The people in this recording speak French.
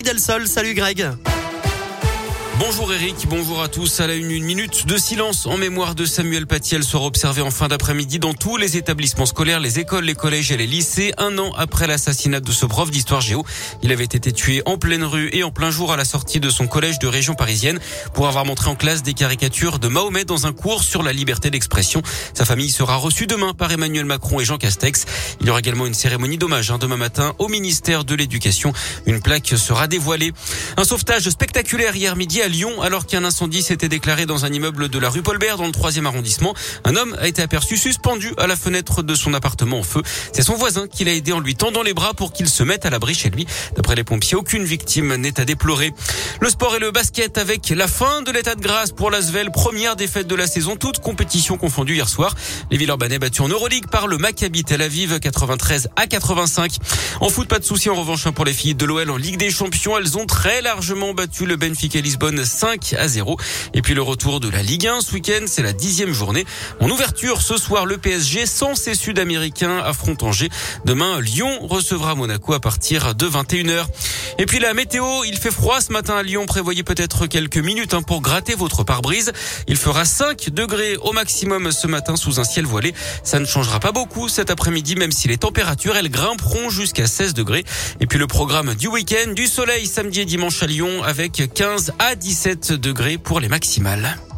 Sol. Salut Greg. Bonjour Eric, bonjour à tous. À la une minute de silence en mémoire de Samuel Paty sera observée en fin d'après-midi dans tous les établissements scolaires, les écoles, les collèges et les lycées. 1 an après l'assassinat de ce prof d'histoire géo. Il avait été tué en pleine rue et en plein jour à la sortie de son collège de région parisienne pour avoir montré en classe des caricatures de Mahomet dans un cours sur la liberté d'expression. Sa famille sera reçue demain par Emmanuel Macron et Jean Castex. Il y aura également une cérémonie d'hommage demain matin au ministère de l'Éducation. Une plaque sera dévoilée. Un sauvetage spectaculaire hier midi à Lyon, alors qu'un incendie s'était déclaré dans un immeuble de la rue Paul-Bert dans le 3e arrondissement. Un homme a été aperçu suspendu à la fenêtre de son appartement en feu. C'est son voisin qui l'a aidé en lui tendant les bras pour qu'il se mette à l'abri chez lui. D'après les pompiers, aucune victime n'est à déplorer. Le sport et le basket avec la fin de l'état de grâce pour l'Asvel. Première défaite de la saison, toute compétition confondue hier soir. Les Villeurbanais battus en Euroleague par le Maccabi Tel Aviv 93-85. En foot, pas de souci en revanche pour les filles de l'OL en Ligue des Champions. Elles ont très largement battu le Benfica Lisbonne 5-0. Et puis le retour de la Ligue 1 ce week-end, c'est la 10e journée. En ouverture ce soir, le PSG sans ses Sud-Américains affronte Angers. Demain, Lyon recevra Monaco à partir de 21h. Et puis la météo, il fait froid ce matin à Lyon. Prévoyez peut-être quelques minutes pour gratter votre pare-brise. Il fera 5 degrés au maximum ce matin sous un ciel voilé. Ça ne changera pas beaucoup cet après-midi, même si les températures, elles grimperont jusqu'à 16 degrés. Et puis le programme du week-end, du soleil samedi et dimanche à Lyon avec 15 à 17 degrés pour les maximales.